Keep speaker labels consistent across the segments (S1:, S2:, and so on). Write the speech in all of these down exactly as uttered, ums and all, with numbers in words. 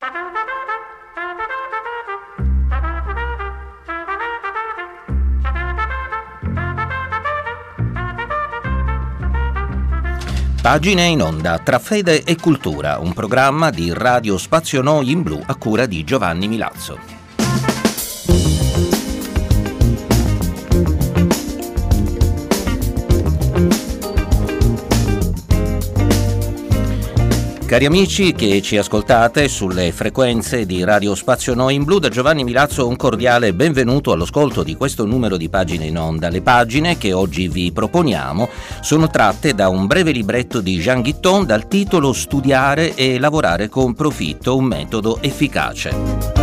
S1: Pagine in onda tra fede e cultura, un programma di Radio Spazio Noi in Blu a cura di Giovanni Milazzo. Cari amici che ci ascoltate sulle frequenze di Radio Spazio Noi in Blu, da Giovanni Milazzo un cordiale benvenuto all'ascolto di questo numero di Pagine in onda. Le pagine che oggi vi proponiamo sono tratte da un breve libretto di Jean Guitton dal titolo Studiare e lavorare con profitto, un metodo efficace.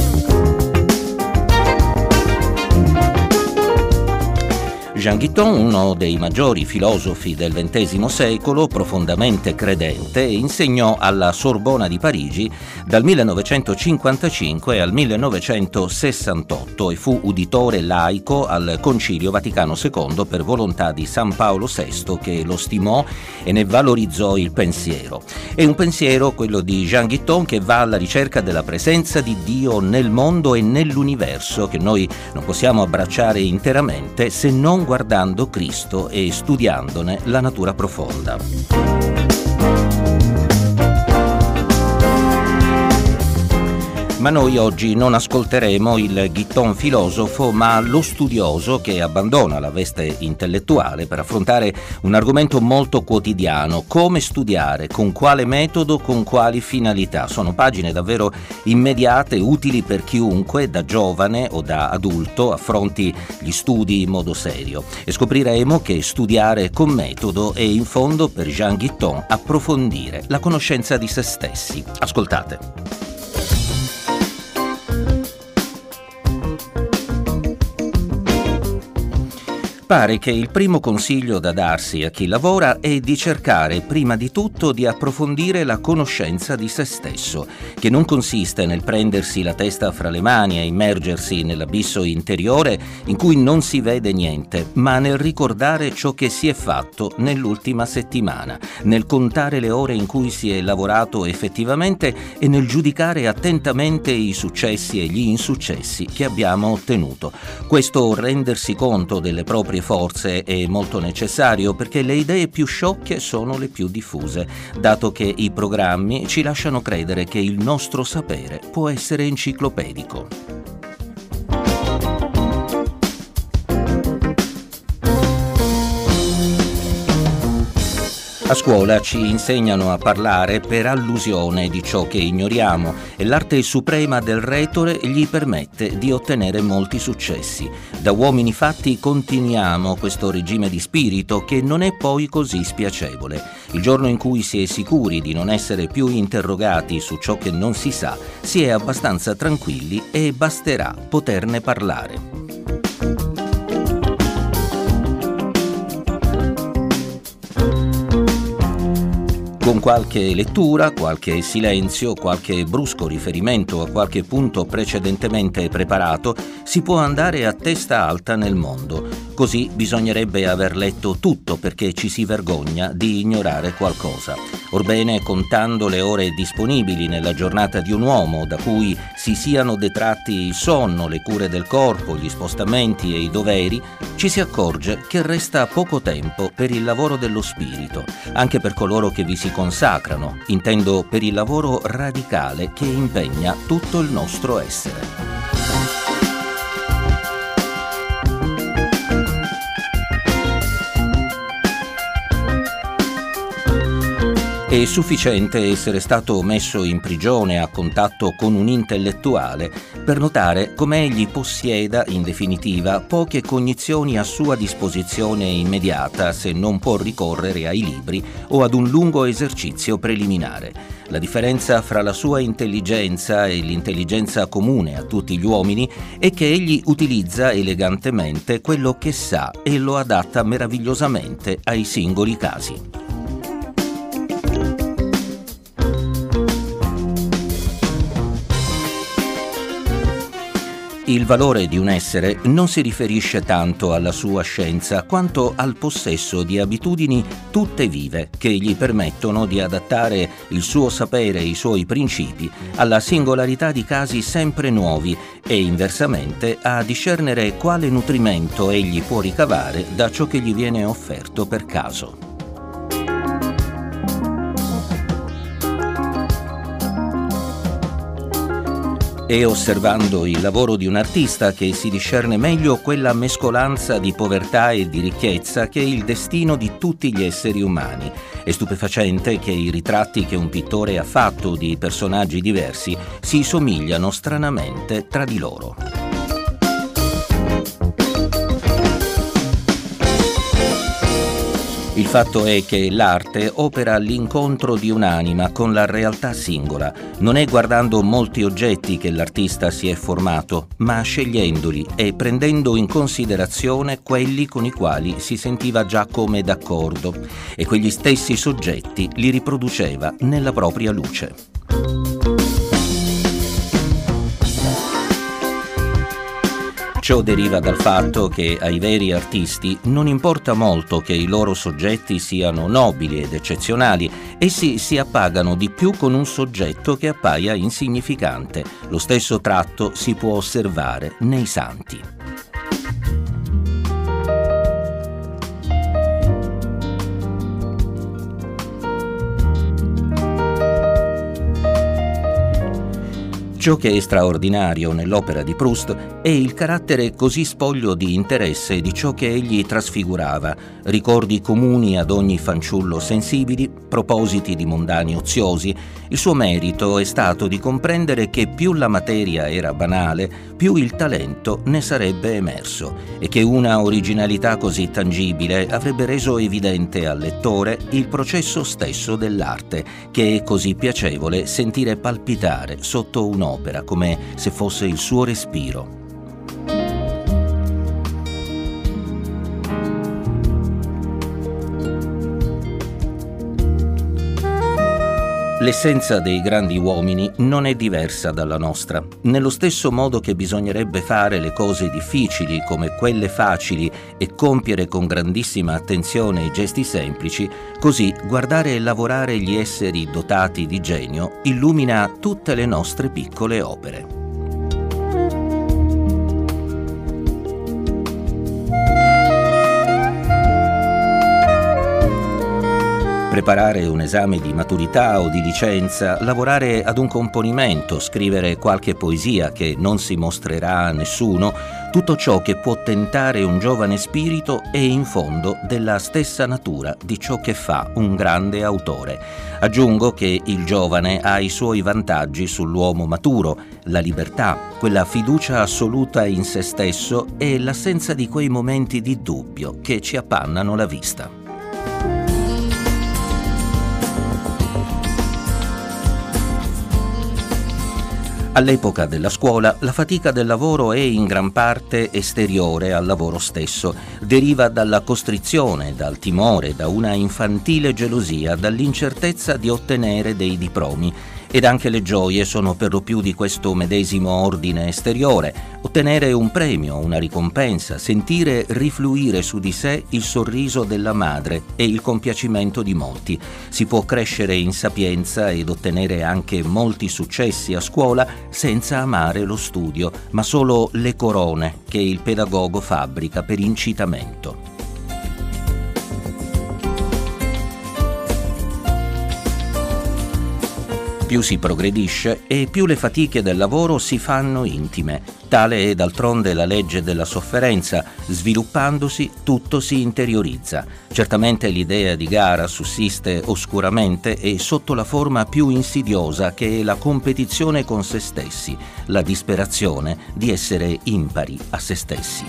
S1: Jean Guitton, uno dei maggiori filosofi del ventesimo secolo, profondamente credente, insegnò alla Sorbona di Parigi dal millenovecentocinquantacinque al millenovecentosessantotto e fu uditore laico al Concilio Vaticano secondo per volontà di San Paolo sesto, che lo stimò e ne valorizzò il pensiero. È un pensiero, quello di Jean Guitton, che va alla ricerca della presenza di Dio nel mondo e nell'universo, che noi non possiamo abbracciare interamente se non guardando Cristo e studiandone la natura profonda. Ma noi oggi non ascolteremo il Guitton filosofo, ma lo studioso che abbandona la veste intellettuale per affrontare un argomento molto quotidiano: come studiare, con quale metodo, con quali finalità. Sono pagine davvero immediate, utili per chiunque, da giovane o da adulto, affronti gli studi in modo serio. E scopriremo che studiare con metodo è in fondo per Jean Guitton approfondire la conoscenza di se stessi. Ascoltate. Pare che il primo consiglio da darsi a chi lavora è di cercare prima di tutto di approfondire la conoscenza di se stesso, che non consiste nel prendersi la testa fra le mani e immergersi nell'abisso interiore in cui non si vede niente, ma nel ricordare ciò che si è fatto nell'ultima settimana, nel contare le ore in cui si è lavorato effettivamente e nel giudicare attentamente i successi e gli insuccessi che abbiamo ottenuto. Questo rendersi conto delle proprie forze è molto necessario, perché le idee più sciocche sono le più diffuse, dato che i programmi ci lasciano credere che il nostro sapere può essere enciclopedico. A scuola ci insegnano a parlare per allusione di ciò che ignoriamo e l'arte suprema del retore gli permette di ottenere molti successi. Da uomini fatti continuiamo questo regime di spirito, che non è poi così spiacevole. Il giorno in cui si è sicuri di non essere più interrogati su ciò che non si sa, si è abbastanza tranquilli e basterà poterne parlare. Con qualche lettura, qualche silenzio, qualche brusco riferimento a qualche punto precedentemente preparato, si può andare a testa alta nel mondo. Così bisognerebbe aver letto tutto, perché ci si vergogna di ignorare qualcosa. Orbene, contando le ore disponibili nella giornata di un uomo, da cui si siano detratti il sonno, le cure del corpo, gli spostamenti e i doveri, ci si accorge che resta poco tempo per il lavoro dello spirito, anche per coloro che vi si consacrano, intendo per il lavoro radicale che impegna tutto il nostro essere. È sufficiente essere stato messo in prigione a contatto con un intellettuale per notare come egli possieda, in definitiva, poche cognizioni a sua disposizione immediata, se non può ricorrere ai libri o ad un lungo esercizio preliminare. La differenza fra la sua intelligenza e l'intelligenza comune a tutti gli uomini è che egli utilizza elegantemente quello che sa e lo adatta meravigliosamente ai singoli casi. Il valore di un essere non si riferisce tanto alla sua scienza quanto al possesso di abitudini tutte vive che gli permettono di adattare il suo sapere e i suoi principi alla singolarità di casi sempre nuovi e inversamente a discernere quale nutrimento egli può ricavare da ciò che gli viene offerto per caso. È osservando il lavoro di un artista che si discerne meglio quella mescolanza di povertà e di ricchezza che è il destino di tutti gli esseri umani. È stupefacente che i ritratti che un pittore ha fatto di personaggi diversi si somigliano stranamente tra di loro. Il fatto è che l'arte opera all'incontro di un'anima con la realtà singola. Non è guardando molti oggetti che l'artista si è formato, ma scegliendoli e prendendo in considerazione quelli con i quali si sentiva già come d'accordo, e quegli stessi soggetti li riproduceva nella propria luce. Ciò deriva dal fatto che ai veri artisti non importa molto che i loro soggetti siano nobili ed eccezionali, essi si appagano di più con un soggetto che appaia insignificante. Lo stesso tratto si può osservare nei santi. Ciò che è straordinario nell'opera di Proust è il carattere così spoglio di interesse di ciò che egli trasfigurava, ricordi comuni ad ogni fanciullo sensibili, propositi di mondani oziosi. Il suo merito è stato di comprendere che più la materia era banale, più il talento ne sarebbe emerso, e che una originalità così tangibile avrebbe reso evidente al lettore il processo stesso dell'arte, che è così piacevole sentire palpitare sotto un'opera opera, come se fosse il suo respiro. L'essenza dei grandi uomini non è diversa dalla nostra. Nello stesso modo che bisognerebbe fare le cose difficili come quelle facili e compiere con grandissima attenzione i gesti semplici, così guardare e lavorare gli esseri dotati di genio illumina tutte le nostre piccole opere. Preparare un esame di maturità o di licenza, lavorare ad un componimento, scrivere qualche poesia che non si mostrerà a nessuno, tutto ciò che può tentare un giovane spirito è in fondo della stessa natura di ciò che fa un grande autore. Aggiungo che il giovane ha i suoi vantaggi sull'uomo maturo, la libertà, quella fiducia assoluta in se stesso e l'assenza di quei momenti di dubbio che ci appannano la vista. All'epoca della scuola, la fatica del lavoro è in gran parte esteriore al lavoro stesso, deriva dalla costrizione, dal timore, da una infantile gelosia, dall'incertezza di ottenere dei diplomi. Ed anche le gioie sono per lo più di questo medesimo ordine esteriore: ottenere un premio, una ricompensa, sentire rifluire su di sé il sorriso della madre e il compiacimento di molti. Si può crescere in sapienza ed ottenere anche molti successi a scuola senza amare lo studio, ma solo le corone che il pedagogo fabbrica per incitamento. Più si progredisce e più le fatiche del lavoro si fanno intime. Tale è d'altronde la legge della sofferenza. Sviluppandosi, tutto si interiorizza. Certamente l'idea di gara sussiste oscuramente e sotto la forma più insidiosa che è la competizione con se stessi, la disperazione di essere impari a se stessi.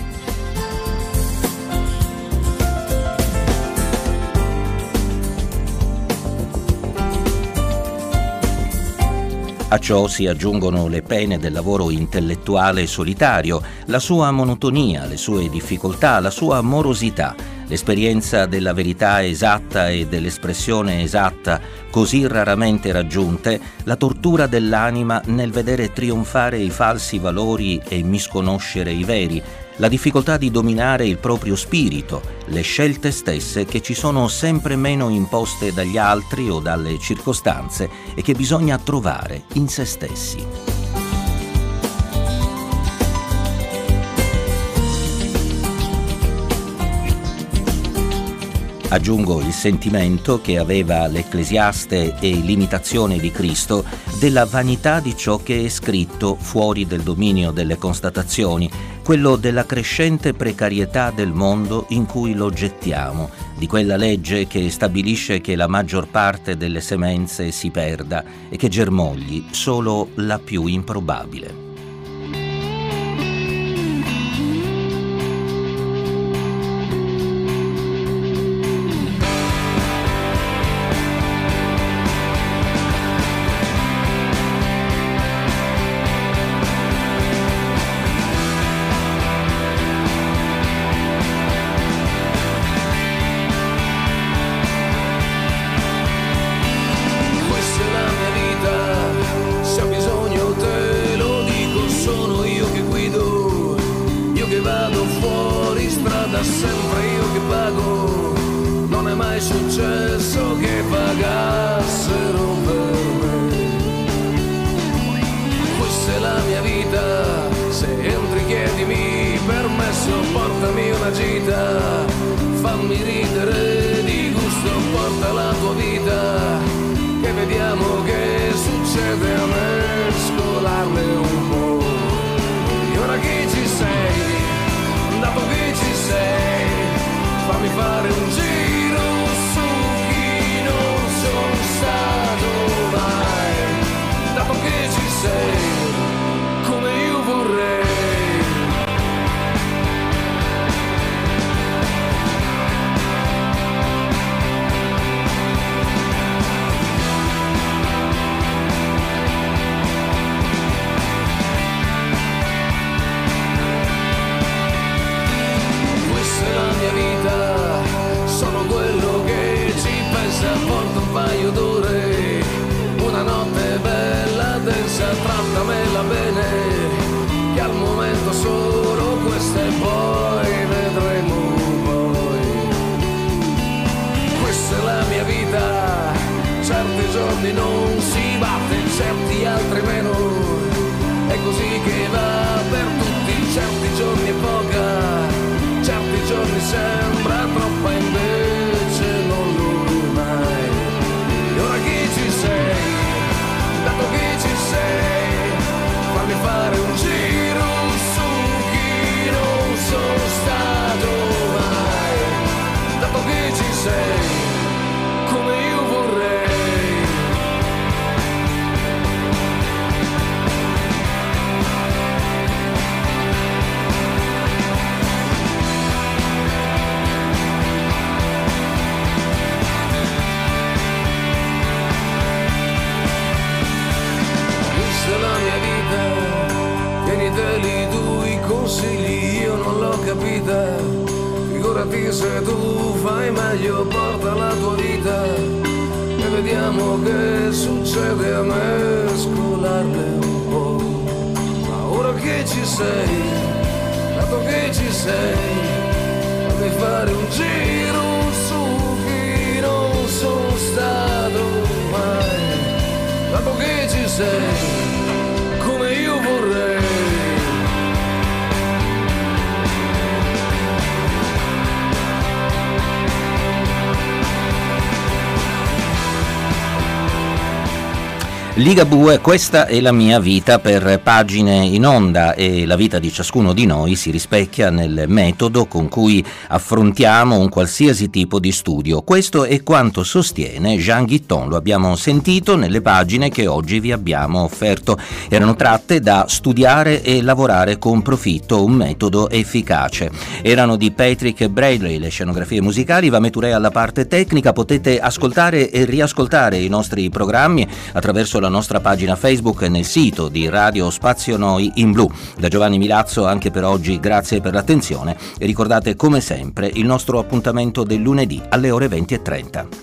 S1: A ciò si aggiungono le pene del lavoro intellettuale solitario, la sua monotonia, le sue difficoltà, la sua morosità. L'esperienza della verità esatta e dell'espressione esatta, così raramente raggiunte, la tortura dell'anima nel vedere trionfare i falsi valori e misconoscere i veri, la difficoltà di dominare il proprio spirito, le scelte stesse che ci sono sempre meno imposte dagli altri o dalle circostanze e che bisogna trovare in se stessi. Aggiungo il sentimento che aveva l'Ecclesiaste e l'imitazione di Cristo della vanità di ciò che è scritto fuori del dominio delle constatazioni, quello della crescente precarietà del mondo in cui lo gettiamo, di quella legge che stabilisce che la maggior parte delle semenze si perda e che germogli solo la più improbabile.
S2: Sempre io che pago, non è mai successo che pagassero per me. Questa è la mia vita, se entri chiedimi permesso, portami una gita, fammi ridere di gusto, porta la tua vita, che vediamo che succede a me, scolarle un po'. E ora che ci sei, dato che ci sei, fammi fare un giro su chi non sono stato mai, dato che ci sei, come io vorrei. Porto un paio d'ore, una notte bella, densa, trattamela bene, che al momento solo questa e poi vedremo poi. Questa è la mia vita, certi giorni non si batte, certi altri meno, è così che va per tutti, certi giorni è poca, certi giorni sembra troppa, invece non lo sei, dato che ci sei, fammi fare un giro su chi non sono stato mai, dato che ci sei, come io vorrei. Tieniteli tu i consigli, io non l'ho capita, figurati se tu fai meglio, porta la tua vita e vediamo che succede a me, scolarle un po'. Ma ora che ci sei, dato che ci sei, fammi fare un giro su chi non sono stato mai, dato che ci sei, come io vorrei.
S1: Ligabue, questa è la mia vita per Pagine in Onda, e la vita di ciascuno di noi si rispecchia nel metodo con cui affrontiamo un qualsiasi tipo di studio. Questo è quanto sostiene Jean Guitton, lo abbiamo sentito nelle pagine che oggi vi abbiamo offerto. Erano tratte da Studiare e lavorare con profitto, un metodo efficace. Erano di Patrick Bradley le scenografie musicali, Vamme Touré alla parte tecnica. Potete ascoltare e riascoltare i nostri programmi attraverso la nostra pagina Facebook e nel sito di Radio Spazio Noi in blu. Da Giovanni Milazzo anche per oggi grazie per l'attenzione e ricordate come sempre il nostro appuntamento del lunedì alle ore venti e trenta.